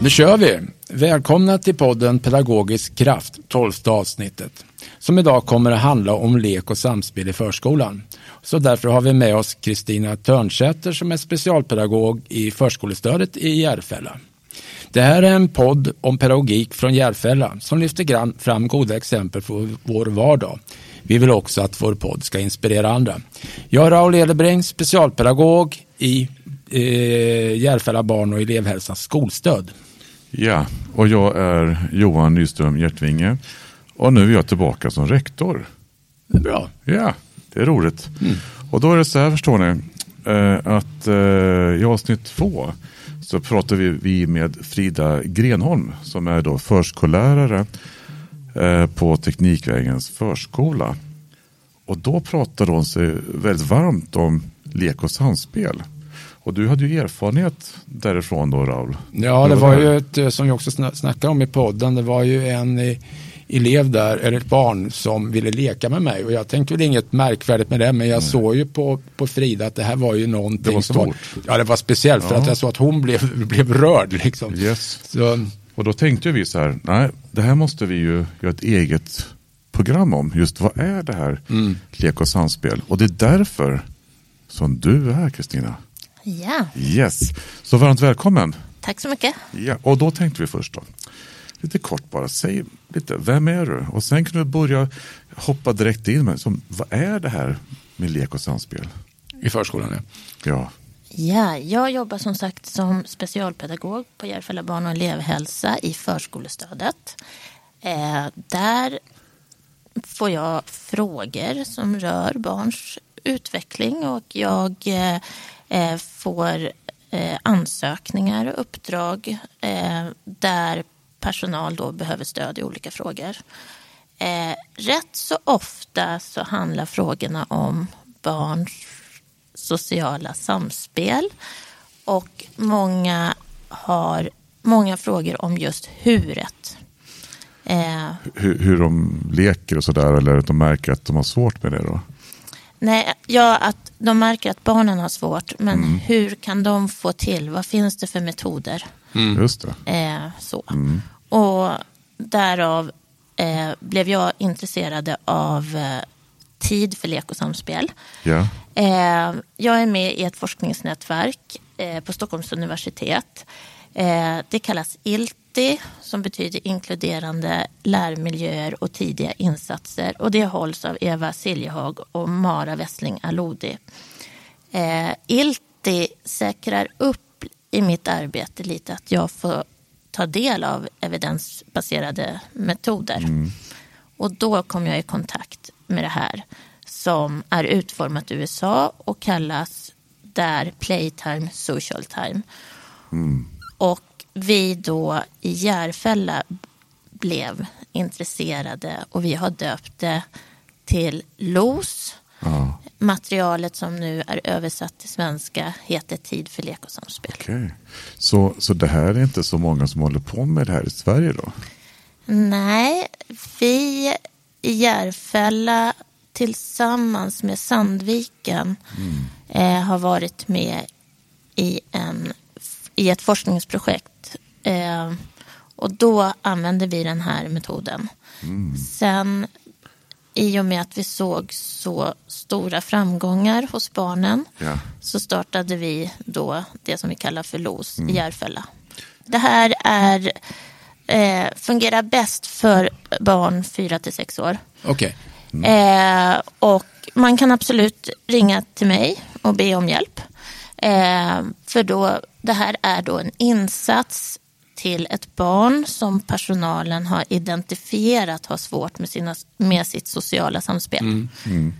Nu kör vi! Välkomna till podden Pedagogisk kraft, 12:e avsnittet. Som idag kommer att handla om lek och samspel i förskolan. Så därför har vi med oss Kristina Törnsäter som är specialpedagog i förskolestödet i Järfälla. Det här är en podd om pedagogik från Järfälla som lyfter fram goda exempel för vår vardag. Vi vill också att vår podd ska inspirera andra. Jag är Raul Edebring, specialpedagog i Järfälla barn- och elevhälsans skolstöd. Ja, och jag är Johan Nyström Hjärtvinge och nu är jag tillbaka som rektor. Det är bra. Ja, det är roligt. Och då är det så här, förstår ni, att i avsnitt 2 så pratar vi med Frida Grenholm som är då förskollärare på Teknikvägens förskola. Och då pratade hon sig väldigt varmt om lek och samspel. Och du hade ju erfarenhet därifrån då, Raul. Ja, det var ju ett, som vi också snackade om i podden, det var ju en elev där, eller ett barn som ville leka med mig. Och jag tänkte väl inget märkvärdigt med det, men jag såg ju på Frida att det här var ju någonting det var som var... stort. Ja, det var speciellt för att jag såg att hon blev rörd liksom. Yes. Så, och då tänkte vi så här, nej, det här måste vi ju göra ett eget program om. Just vad är det här lek och samspel? Och det är därför som du är här, Kristina. Ja. Yes. Så varmt välkommen. Tack så mycket. Ja, och då tänkte vi först då. Lite kort bara, säg lite, vem är du? Och sen kan du börja hoppa direkt in med, vad är det här med lek och samspel? i förskolan, Ja. Ja, jag jobbar som sagt som specialpedagog på Järfälla barn- och elevhälsa i förskolestödet. Där får jag frågor som rör barns utveckling och jag får ansökningar och uppdrag där personal då behöver stöd i olika frågor. Rätt så ofta så handlar frågorna om barns sociala samspel och många har många frågor om just huret. Hur de leker och sådär, eller att de märker att de har svårt med det då? Nej, ja, att de märker att barnen har svårt, men hur kan de få till? Vad finns det för metoder? Just det. Och därav blev jag intresserad av tid för lek och samspel. Ja. Jag är med i ett forskningsnätverk på Stockholms universitet. Det kallas ILTI, som betyder inkluderande lärmiljöer och tidiga insatser. Och det hålls av Eva Siljehag och Mara Wessling Alodi. ILTI säkrar upp i mitt arbete lite att jag får ta del av evidensbaserade metoder. Och då kom jag i kontakt med det här som är utformat i USA och kallas där Playtime Social Time. Och vi då i Järfälla blev intresserade och vi har döpt det till LOS. Materialet som nu är översatt till svenska heter Tid för lek och samspel. Okej. Så det här är inte så många som håller på med det här i Sverige då? Nej, vi i Järfälla tillsammans med Sandviken har varit med i ett forskningsprojekt. Och då använde vi den här metoden. Sen i och med att vi såg så stora framgångar hos barnen så startade vi då det som vi kallar för LOS i Järfälla. Det här fungerar bäst för barn 4-6 år. Okej. Och man kan absolut ringa till mig och be om hjälp. För då, det här är då en insats till ett barn som personalen har identifierat har svårt med sitt sociala samspel.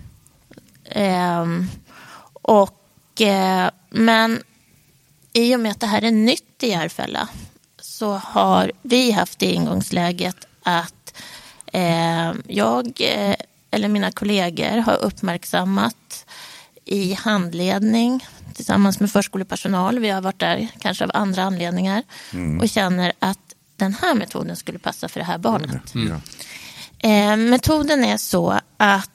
Men i och med att det här är nytt i Järfälla så har vi haft det ingångsläget att jag eller mina kollegor har uppmärksammat i handledning tillsammans med förskolepersonal. Vi har varit där kanske av andra anledningar och känner att den här metoden skulle passa för det här barnet. Metoden är så att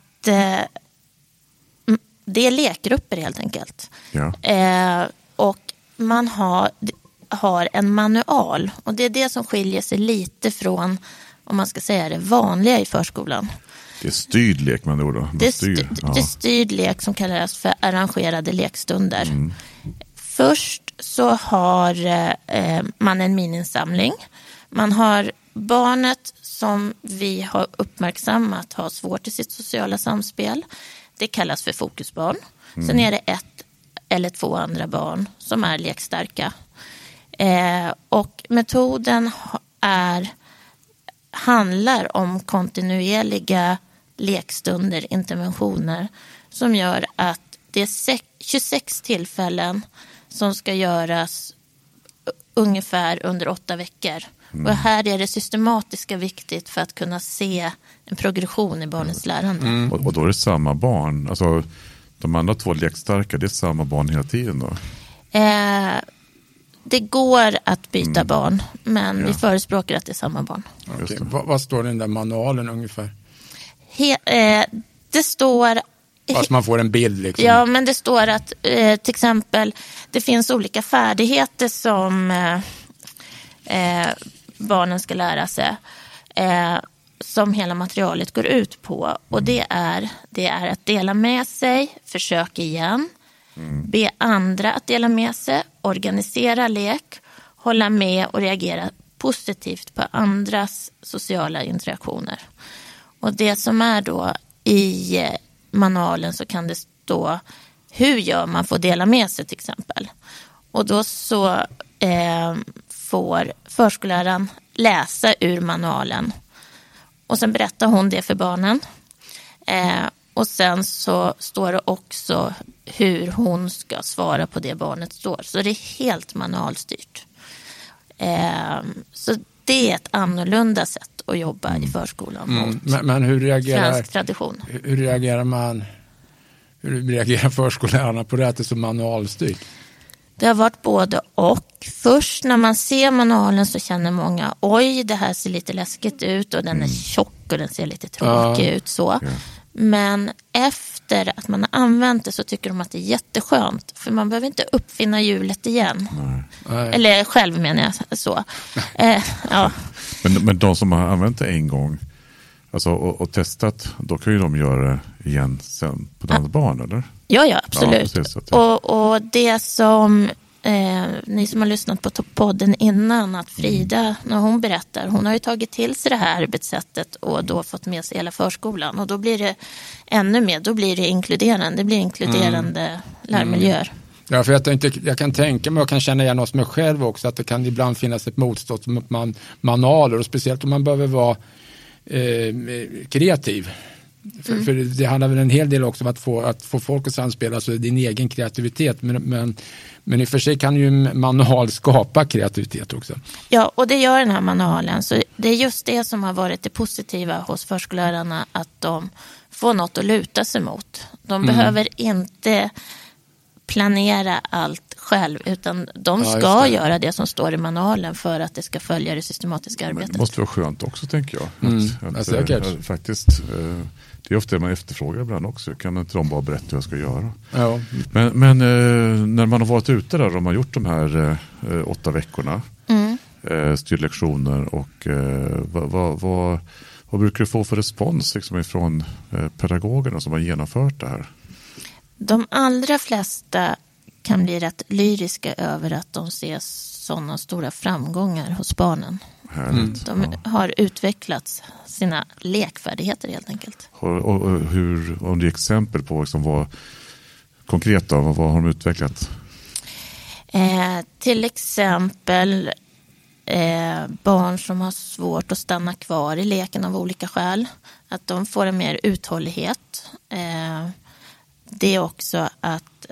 det är lekgrupper helt enkelt. Och man har har en manual. Och det är det som skiljer sig lite från, om man ska säga det vanliga i förskolan. Det är styrd lek man då? Det är styrd lek som kallas för arrangerade lekstunder. Först så har man en mininsamling. Man har barnet som vi har uppmärksammat har svårt i sitt sociala samspel. Det kallas för fokusbarn. Sen är det 1 eller 2 andra barn som är lekstarka. Och metoden handlar om kontinuerliga lekstunder, interventioner, som gör att det är 26 tillfällen som ska göras ungefär under 8 veckor. Och här är det systematiska viktigt för att kunna se en progression i barnets lärande. Och då är det samma barn, alltså de andra 2 lekstarka, det är samma barn hela tiden då? Det går att byta barn, men vi förespråkar att det är samma barn. Okay. Vad står det i den där manualen ungefär? Det står... Fast man får en bild liksom. Ja, men det står att till exempel det finns olika färdigheter som barnen ska lära sig, som hela materialet går ut på. Och det är att dela med sig, försök igen, be andra att dela med sig, organisera lek, hålla med och reagera positivt på andras sociala interaktioner. Och det som är då i manualen, så kan det stå hur gör man för att dela med sig till exempel. Och då så får förskolläraren läsa ur manualen. Och sen berättar hon det för barnen. Och sen så står det också hur hon ska svara på det barnet står. Så det är helt manualstyrt. Så det är ett annorlunda sätt att jobba i förskolan mot men hur reagerar svensk tradition. Hur reagerar förskollärarna på det att det är så manualstyrt? Det har varit både och. Först när man ser manualen så känner många, oj, det här ser lite läskigt ut och den är tjock och den ser lite tråkig ut så. Ja. Men efter att man har använt det så tycker de att det är jätteskönt. För man behöver inte uppfinna hjulet igen. Nej. Eller själv menar jag så. Ja. Men de som har använt det en gång alltså, och testat, då kan ju de göra det igen sen på ett annat barn, eller? Ja, absolut. Ja, precis, och det som ni som har lyssnat på podden innan, att Frida, när hon berättar, hon har ju tagit till sig det här arbetssättet och då fått med sig hela förskolan. Och då blir det ännu mer, då blir det inkluderande. Det blir inkluderande lärmiljöer. Ja, för jag kan tänka mig och kan känna igen hos mig själv också att det kan ibland finnas ett motstånd mot manualer, och speciellt om man behöver vara kreativ. För det handlar väl en hel del också om att få folk att samspela, alltså din egen kreativitet, men i och för sig kan ju en manual skapa kreativitet också. Ja, och det gör den här manualen. Så det är just det som har varit det positiva hos förskollärarna, att de får något att luta sig mot. De behöver inte planera allt själv, utan de ska göra det som står i manualen för att det ska följa det systematiska arbetet. Men det måste vara skönt också, tänker jag. Säkert. Faktiskt, det är ofta man efterfrågar ibland också. Kan inte de bara berätta hur jag ska göra? Ja. Men när man har varit ute där och man har gjort de här 8 veckorna, styrlektioner, och vad brukar du få för respons liksom, ifrån pedagogerna som har genomfört det här? De allra flesta kan bli rätt lyriska över att de ser sådana stora framgångar hos barnen. Härligt. De har utvecklat sina lekfärdigheter helt enkelt. Och hur, om det är exempel på liksom vad konkret då, vad har de utvecklat? Till exempel barn som har svårt att stanna kvar i leken av olika skäl. Att de får en mer uthållighet. Det är också att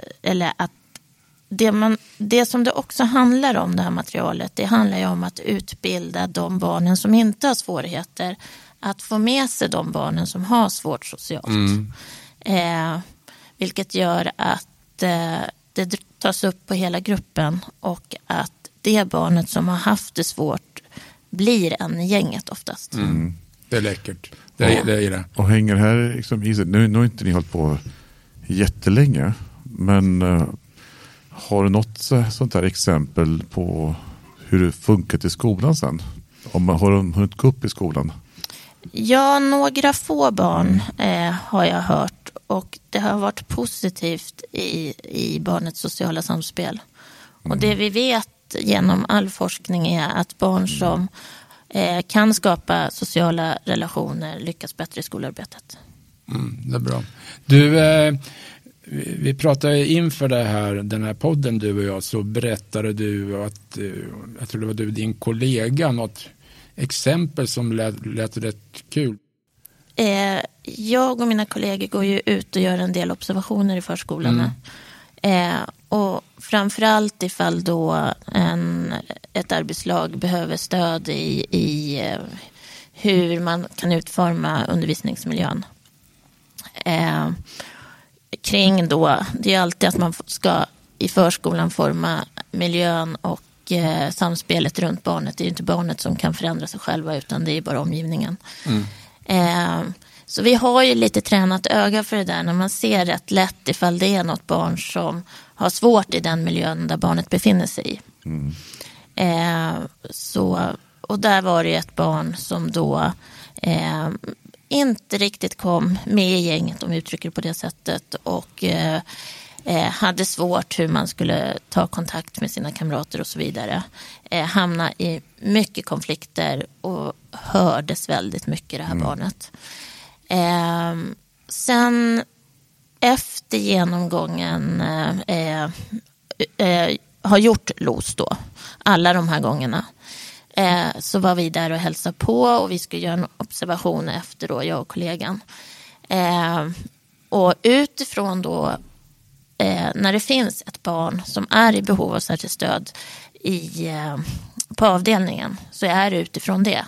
det som det också handlar om, det här materialet, det handlar ju om att utbilda de barnen som inte har svårigheter att få med sig de barnen som har svårt socialt. Vilket gör att det tas upp på hela gruppen, och att det barnet som har haft det svårt blir en i gänget oftast. Det är läckert. Det är det. Och hänger här liksom i sig. Nu har inte ni hållit på jättelänge, men har du något sånt här exempel på hur det funkat i skolan sen? Har de hunnit gå upp i skolan? Ja, några få barn har jag hört, och det har varit positivt i barnets sociala samspel. Och det vi vet genom all forskning är att barn som kan skapa sociala relationer lyckas bättre i skolarbetet. Det är bra. Du, vi pratade inför den här podden, du och jag, så berättade du att, jag tror det var du, din kollega, något exempel som lät rätt kul. Jag och mina kollegor går ju ut och gör en del observationer i förskolorna. Och framförallt ifall då ett arbetslag behöver stöd i hur man kan utforma undervisningsmiljön. Kring då, det är alltid att man ska i förskolan forma miljön och samspelet runt barnet. Det är ju inte barnet som kan förändra sig själva, utan det är bara omgivningen. Så vi har ju lite tränat öga för det där, när man ser rätt lätt ifall det är något barn som har svårt i den miljön där barnet befinner sig i. Och där var det ett barn som då inte riktigt kom med i gänget, om vi uttrycker det på det sättet, och hade svårt hur man skulle ta kontakt med sina kamrater och så vidare. Hamna i mycket konflikter och hördes väldigt mycket, det här barnet. Sen efter genomgången har gjort LOS då, alla de här gångerna, så var vi där och hälsade på, och vi skulle göra en observation efter då, jag och kollegan. Och utifrån då, när det finns ett barn som är i behov av särskilt stöd på avdelningen, så är det utifrån det.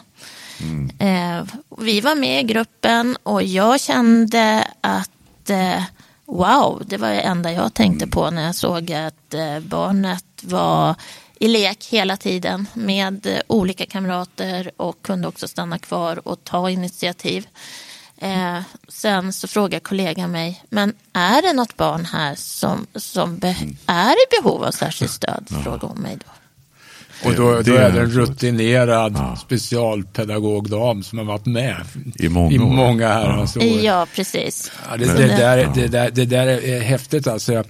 Vi var med i gruppen, och jag kände att wow, det var det enda jag tänkte på när jag såg att barnet var i lek hela tiden med olika kamrater och kunde också stanna kvar och ta initiativ. Sen så frågar kollegan mig, men är det något barn här som är i behov av särskilt stöd? Frågar hon mig då. Och då är det en rutinerad specialpedagogdam som har varit med i många här. Ja, precis. Ja, det där är häftigt alltså.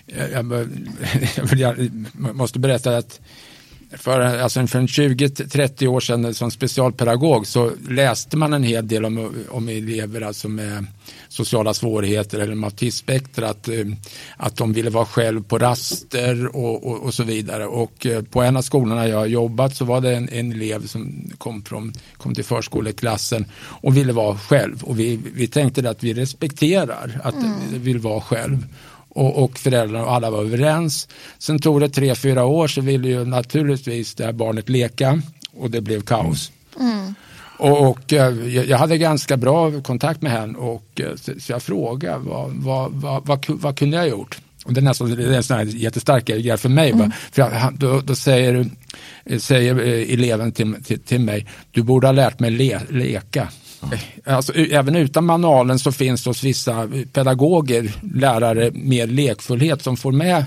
Jag måste berätta att för 20-30 år sedan som specialpedagog så läste man en hel del om elever alltså med sociala svårigheter eller med autismspektra, att de ville vara själv på raster och så vidare. Och på en av skolorna jag har jobbat så var det en elev som kom till förskoleklassen och ville vara själv. Och vi tänkte att vi respekterar att vill vara själv. Och föräldrarna och alla var överens. Sen tog det 3-4 år, så ville ju naturligtvis det här barnet leka, och det blev kaos. Och jag hade ganska bra kontakt med henne, och så jag frågade vad kunde jag ha gjort? Och det är en sån här jättestark grej för mig. För då säger eleven till mig, du borde ha lärt mig leka. Alltså, även utan manualen så finns det hos vissa pedagoger, lärare, mer lekfullhet som får med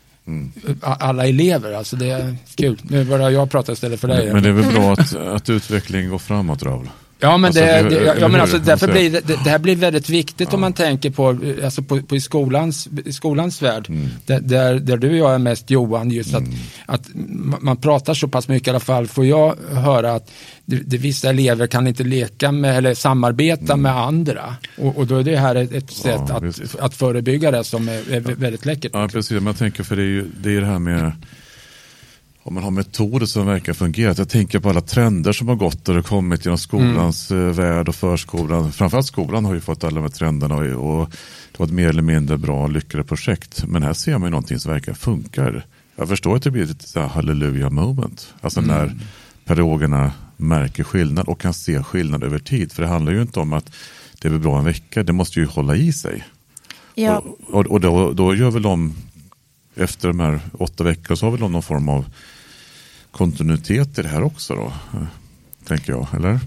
alla elever. Alltså det är kul. Nu börjar jag prata istället för dig. Men det är väl bra att utvecklingen går framåt, Raul? Ja, men därför blir det här blir väldigt viktigt om man tänker på i skolans värld. Där du och jag är mest, Johan, just att man pratar så pass mycket, i alla fall får jag höra att vissa elever kan inte leka med eller samarbeta med andra. Och då är det här ett sätt att förebygga det som är väldigt läckert. Ja, precis. Men jag tänker, för det är det här med om man har metoder som verkar fungera. Jag tänker på alla trender som har gått och det kommit genom skolans värld och förskolan. Framförallt skolan har ju fått alla de här trenderna och det var ett mer eller mindre bra lyckade projekt. Men här ser man ju någonting som verkar funkar. Jag förstår att det blir ett halleluja moment. Alltså när pedagogerna märker skillnad och kan se skillnad över tid. För det handlar ju inte om att det blir bra en vecka. Det måste ju hålla i sig. Ja. Och då gör väl de, efter de här 8 veckor, så har väl de någon form av kontinuitet i det här också då, tänker jag, eller?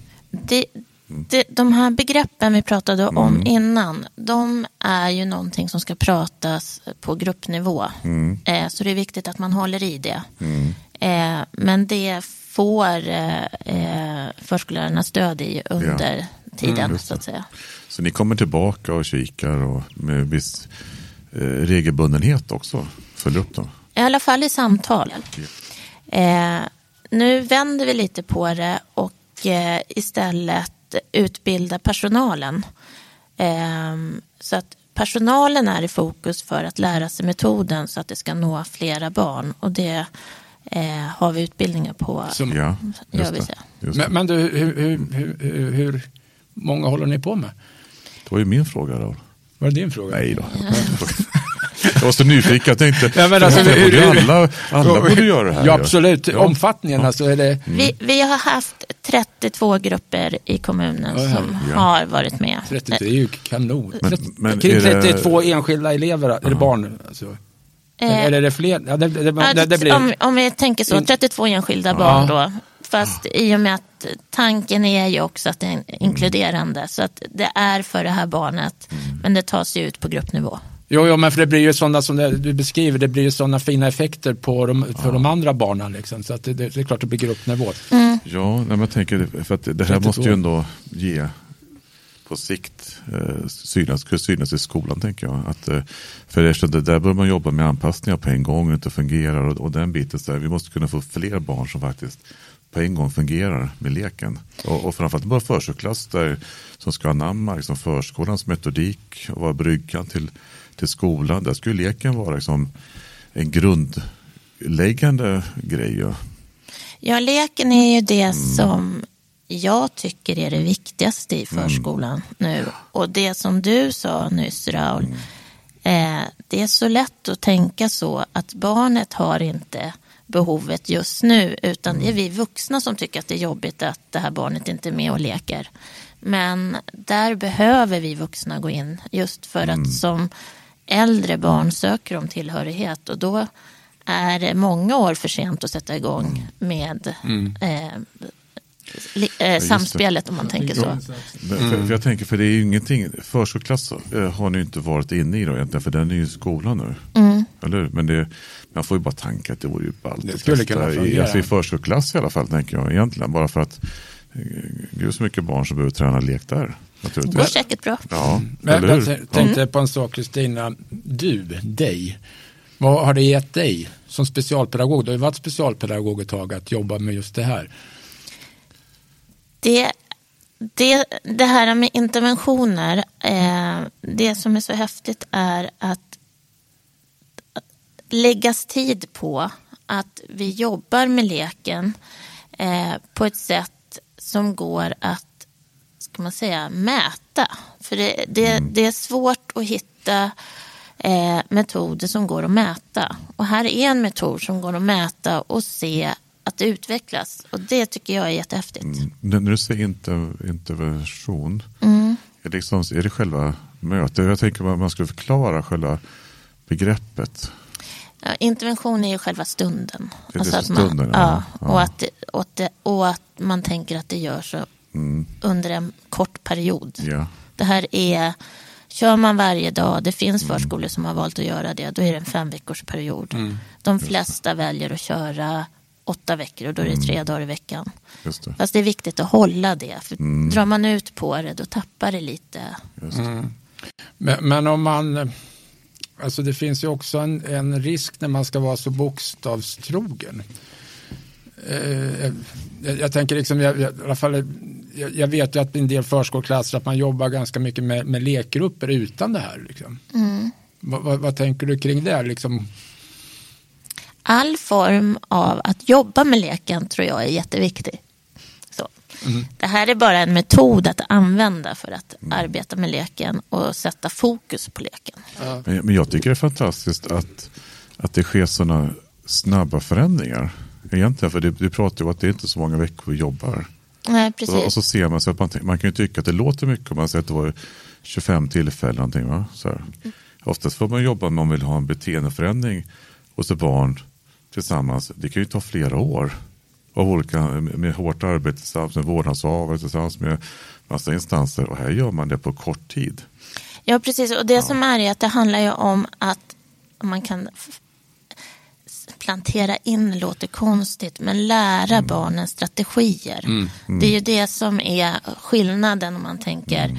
De här begreppen vi pratade om innan, de är ju någonting som ska pratas på gruppnivå. Så det är viktigt att man håller i det. Men det får förskollärarna stöd i under tiden så att säga. Så ni kommer tillbaka och kikar och med viss regelbundenhet också följer upp dem? I alla fall i samtal. Nu vänder vi lite på det och istället utbilda personalen. Så att personalen är i fokus för att lära sig metoden så att det ska nå flera barn. Och det har vi utbildningar på. Men du, hur många håller ni på med? Det var ju min fråga då. Var det din fråga? Nej då. Jag var så nyfiken. Jag tänkte, alla borde göra det här. Ja, absolut. Ja. Omfattningen alltså är det... Vi har haft 32 grupper i kommunen som har varit med. 32 är ju kanon. Men kring 32 enskilda elever, är det barn? Alltså. Eller är det fler? Om vi tänker så, 32 enskilda barn då. Fast i och med att tanken är ju också att det är inkluderande. Så att det är för det här barnet. Men det tas ju ut på gruppnivå. Jo, men för det blir ju sådana som du beskriver, det blir ju sådana fina effekter för de andra barnen liksom, så att det är klart det blir gruppnivå. Ja, men jag tänker för att det här måste ju ändå ge på sikt synas i skolan, tänker jag. För det där bör man jobba med anpassningar på en gång och inte fungerar och den biten så här, vi måste kunna få fler barn som faktiskt på en gång fungerar med leken. Och framförallt bara förskoleklass där som ska anamma liksom förskolans metodik och vara bryggan till skolan. Där skulle leken vara liksom en grundläggande grej. Ja, leken är ju det som jag tycker är det viktigaste i förskolan nu. Och det som du sa nyss, Raul, det är så lätt att tänka så att barnet har inte behovet just nu, utan det är vi vuxna som tycker att det är jobbigt att det här barnet inte är med och leker. Men där behöver vi vuxna gå in just för att som äldre barn söker om tillhörighet och då är det många år för sent att sätta igång med samspelet om man tänker så. För jag tänker, för det är ju ingenting, förskoleklass har ni inte varit inne i då egentligen, för den är ju i skolan nu. Eller? Men man får ju bara tanka att det vore ju ballt. Det skulle kunna fungera. I förskoleklass i alla fall, tänker jag egentligen, bara för att det är så mycket barn som behöver träna lek där. Det går säkert bra. Ja, men jag tänkte på en sak, Kristina. Vad har det gett dig som specialpedagog? Du har ju varit specialpedagog ett tag att jobba med just det här. Det här med interventioner, det som är så häftigt är att läggas tid på att vi jobbar med leken på ett sätt som går att, ska man säga, mäta. För det är svårt att hitta metoder som går att mäta. Och här är en metod som går att mäta och se att det utvecklas. Och det tycker jag är jättehäftigt. När du säger intervention, är det själva mötet? Jag tänker att man ska förklara själva begreppet. Ja, intervention är ju själva stunden. Det är alltså stunden, och att man tänker att det gör så under en kort period. Ja. Det här kör man varje dag. Det finns förskolor som har valt att göra det. Då är det en 5 veckors period. De flesta väljer att köra 8 veckor och då är det 3 dagar i veckan. Just det. Fast det är viktigt att hålla det. För drar man ut på det, då tappar det lite. Just det. Men om man... Alltså det finns ju också en risk när man ska vara så bokstavstrogen. Jag tänker liksom, i alla fall, jag vet ju att i en del förskoleklasser att man jobbar ganska mycket med lekgrupper utan det här. Liksom. Vad tänker du kring det? Liksom? All form av att jobba med leken tror jag är jätteviktig. Så. Det här är bara en metod att använda för att arbeta med leken och sätta fokus på leken. Men jag tycker det är fantastiskt att det sker sådana snabba förändringar. Egentligen, för du pratar ju om att det är inte så många veckor vi jobbar. Nej, precis. Och så ser man så att man kan ju tycka att det låter mycket om man säger att det var 25 tillfällen någonting, va? Så här. Oftast får man jobba om man vill ha en beteendeförändring hos ett barn tillsammans. Det kan ju ta flera år av olika, med hårt arbete tillsammans med vårdnadshavare, tillsammans med massa instanser, och här gör man det på kort tid. Ja, precis. Och det som är att det handlar ju om att man kan plantera in låter konstigt, men lära barnen strategier. Det är ju det som är skillnaden om man tänker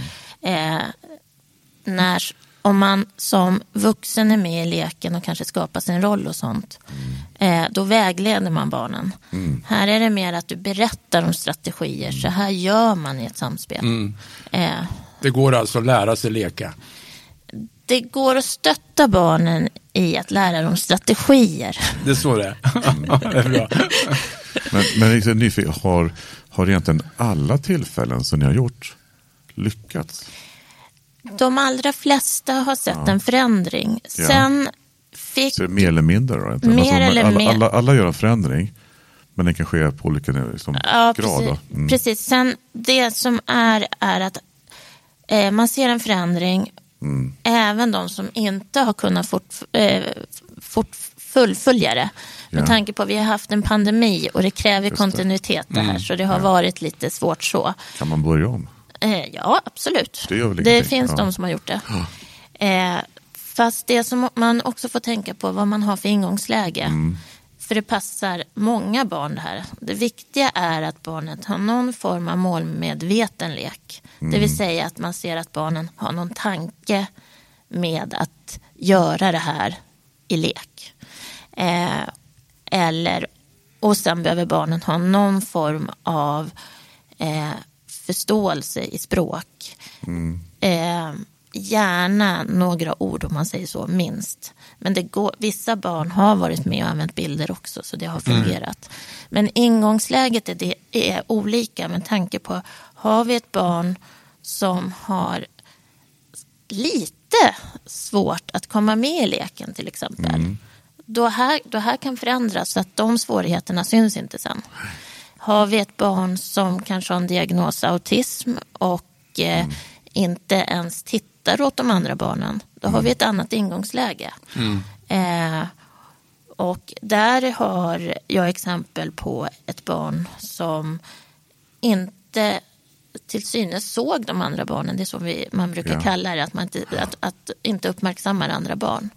om man som vuxen är med i leken och kanske skapar sin roll och sånt, då vägleder man barnen. Här är det mer att du berättar om strategier. Så här gör man i ett samspel. Det går alltså att lära sig leka. Det går att stötta barnen i att lära dem strategier. Det är så det är. Det är bra. Men liksom, nyfiken, har egentligen alla tillfällen som ni har gjort lyckats? De allra flesta har sett en förändring. Sen fick... Så mer eller mindre då? Mer eller mindre. Alla gör en förändring, men det kan ske på olika liksom, grad. Precis. Sen det som är att man ser en förändring. Även de som inte har kunnat fullfölja det. Med tanke på att vi har haft en pandemi och det kräver kontinuitet det här. Så det har varit lite svårt så. Kan man börja om? Ja, absolut. Det finns de som har gjort det. Fast det som man också får tänka på vad man har för ingångsläge. För det passar många barn det här. Det viktiga är att barnet har någon form av målmedveten lek. Det vill säga att man ser att barnen har någon tanke med att göra det här i lek. Och sen behöver barnen ha någon form av förståelse i språk. Gärna några ord om man säger så, minst. Men vissa barn har varit med och använt bilder också, så det har fungerat. Men ingångsläget är olika med tanke på, har vi ett barn som har lite svårt att komma med i leken till exempel. Då här kan förändras så att de svårigheterna syns inte sen. Har vi ett barn som kanske har en diagnos autism och inte ens tittar åt de andra barnen, då har vi ett annat ingångsläge. Och där har jag exempel på ett barn som inte till synes såg de andra barnen. Det är så man brukar kalla det, att man inte uppmärksammar andra barn.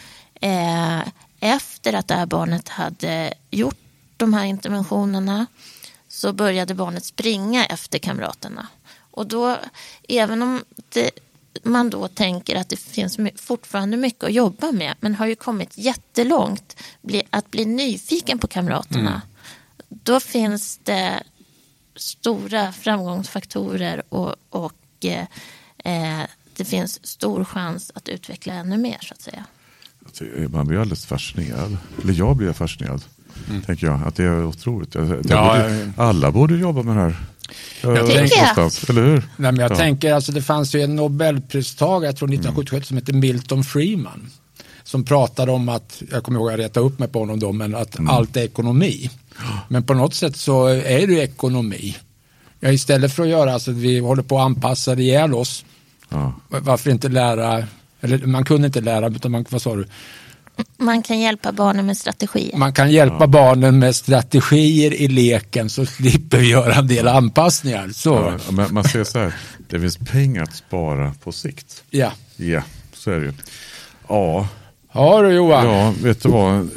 Efter att det här barnet hade gjort de här interventionerna så började barnet springa efter kamraterna. Och då, även om man då tänker att det finns fortfarande mycket att jobba med, men har ju kommit jättelångt att bli nyfiken på kamraterna, då finns det stora framgångsfaktorer och det finns stor chans att utveckla ännu mer, så att säga. Man blir alldeles fascinerad. Eller jag blir fascinerad. Tänker jag. Att det är otroligt. Alla borde jobba med det här. Eller hur? Nej, men jag tänker, alltså, det fanns ju en Nobelpristagare, jag tror 1977, som heter Milton Friedman, som pratade om att, jag kommer ihåg att jag retade upp mig på honom då, men att allt är ekonomi. Men på något sätt så är det ekonomi. Ja, istället för att göra, alltså, vi håller på att anpassa ihjäl oss. Varför inte lära, eller man kunde inte lära, utan vad sa du? Man kan hjälpa barnen med strategier. Man kan hjälpa barnen med strategier i leken, så slipper vi göra en del anpassningar. Så. Men man ser så här, det finns pengar att spara på sikt. Ja, så är det ju. Ja du Johan. Ja, vet du vad?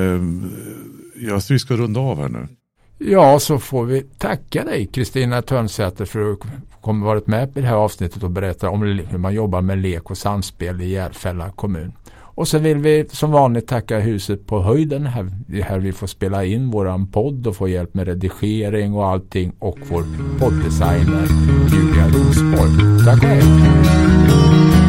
Vi ska runda av här nu. Ja, så får vi tacka dig Kristina Törnsäter för att komma varit med i det här avsnittet och berätta om hur man jobbar med lek och samspel i Järfälla kommun. Och så vill vi som vanligt tacka Huset på höjden här vi får spela in våran podd och få hjälp med redigering och allting, och vår podddesigner Julia Rosborg. Tack och hej!